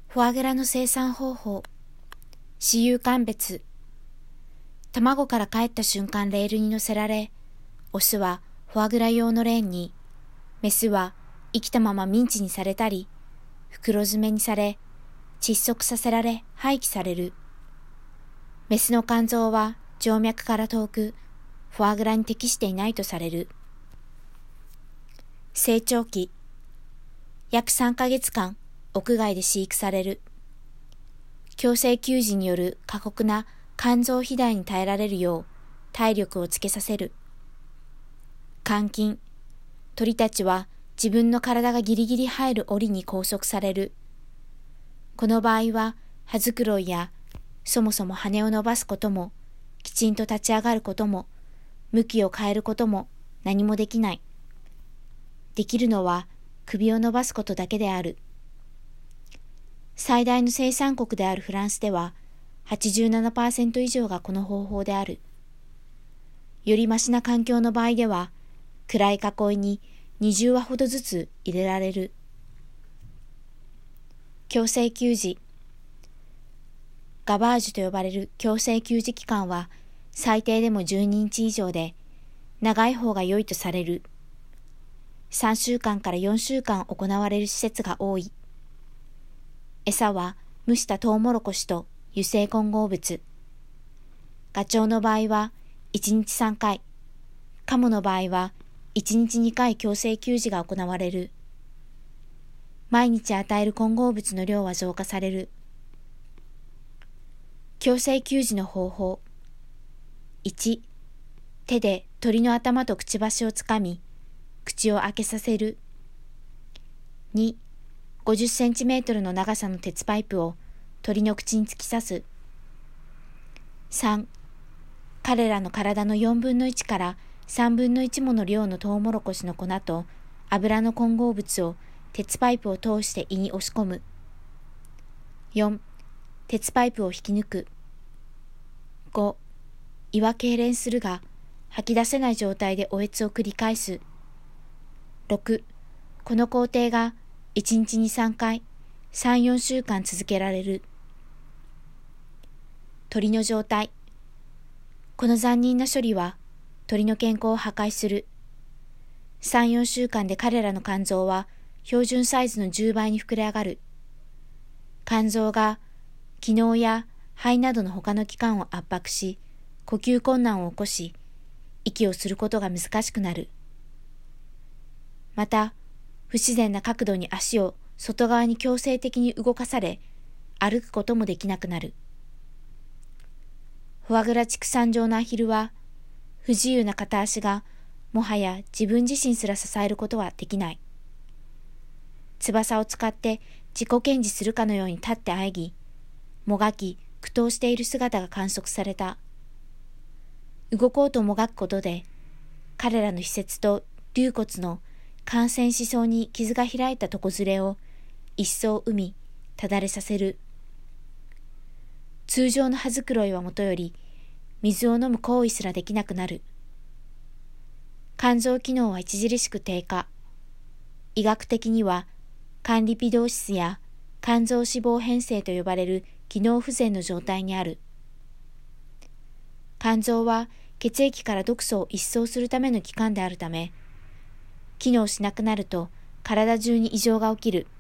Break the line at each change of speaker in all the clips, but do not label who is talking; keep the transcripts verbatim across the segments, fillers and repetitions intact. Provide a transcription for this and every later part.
フォアグラの生産方法。私有鑑別。卵から帰った瞬間レールに乗せられ、オスはフォアグラ用のレーンに、メスは生きたままミンチにされたり、袋詰めにされ、窒息させられ廃棄される。メスの肝臓は静脈から遠く、フォアグラに適していないとされる。成長期。約さんかげつかん、屋外で飼育される。強制給餌による過酷な肝臓肥大に耐えられるよう体力をつけさせる。監禁。鳥たちは自分の体がギリギリ入る檻に拘束される。この場合は羽繕いやそもそも羽を伸ばすことも、きちんと立ち上がることも、向きを変えることも何もできない。できるのは首を伸ばすことだけである。最大の生産国であるフランスでは はちじゅうななパーセント 以上がこの方法である。よりマシな環境の場合では暗い囲いににじゅうわほどずつ入れられる。強制給餌。ガバージュと呼ばれる強制給餌期間は最低でもじゅうににち以上で、長い方が良いとされる。さんしゅうかんからよんしゅうかん行われる施設が多い。餌は蒸したトウモロコシと油性混合物。ガチョウの場合はいちにちさんかい、カモの場合はいちにちにかい強制給餌が行われる。毎日与える混合物の量は増加される。強制給餌の方法。いち、手で鳥の頭とくちばしをつかみ、口を開けさせる。に、ごじゅっセンチメートルの長さの鉄パイプを鳥の口に突き刺す。さん、彼らの体のよんぶんのいちからさんぶんのいちもの量のトウモロコシの粉と油の混合物を鉄パイプを通して胃に押し込む。よん、鉄パイプを引き抜く。ご、胃は痙攣するが吐き出せない状態でおえつを繰り返す。ろく、この工程がいちにちにさんかい、さん、よんしゅうかん続けられる。鳥の状態。この残忍な処理は鳥の健康を破壊する。さん、よんしゅうかんで彼らの肝臓は標準サイズのじゅうばいに膨れ上がる。肝臓が気嚢や肺などの他の器官を圧迫し、呼吸困難を起こし、息をすることが難しくなる。また、不自然な角度に足を外側に強制的に動かされ、歩くこともできなくなる。フォアグラ畜産場のアヒルは、不自由な片足がもはや自分自身すら支えることはできない。翼を使って自己顕示するかのように立って喘ぎ、もがき苦闘している姿が観測された。動こうともがくことで、彼らの皮節と竜骨の感染しそうに傷が開いた床ずれを一層生み、ただれさせる。通常の羽繕いはもとより、水を飲む行為すらできなくなる。肝臓機能は著しく低下。医学的には、肝リピドーシスや肝臓脂肪変性と呼ばれる機能不全の状態にある。肝臓は血液から毒素を一掃するための器官であるため、機能しなくなると体中に異常が起きる。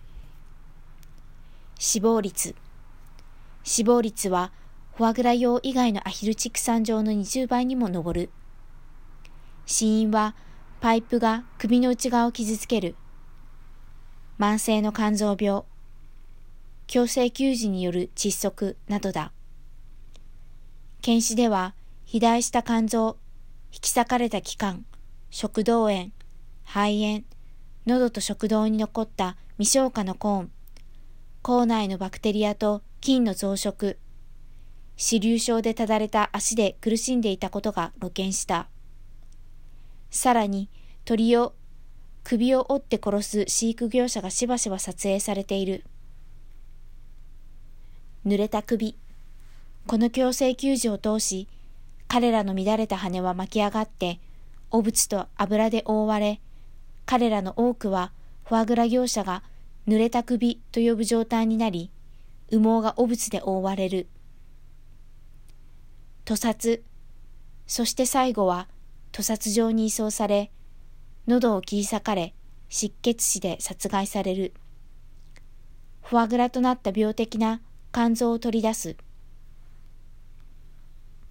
死亡率。死亡率はフォアグラ用以外のアヒル畜産場のにじゅうばいにも上る。死因はパイプが首の内側を傷つける。慢性の肝臓病、強制給餌による窒息などだ。検視では肥大した肝臓、引き裂かれた器官、食道炎、肺炎、喉と食道に残った未消化のコーン、口内のバクテリアと菌の増殖、歯粒症でただれた足で苦しんでいたことが露見した。さらに鳥を首を折って殺す飼育業者がしばしば撮影されている。濡れた首。この強制給餌を通し、彼らの乱れた羽は巻き上がって、汚物と油で覆われ、彼らの多くはフォアグラ業者が濡れた首と呼ぶ状態になり、羽毛が汚物で覆われる。屠殺、そして最後は屠殺場に移送され、喉を切り裂かれ、失血死で殺害される。フォアグラとなった病的な肝臓を取り出す。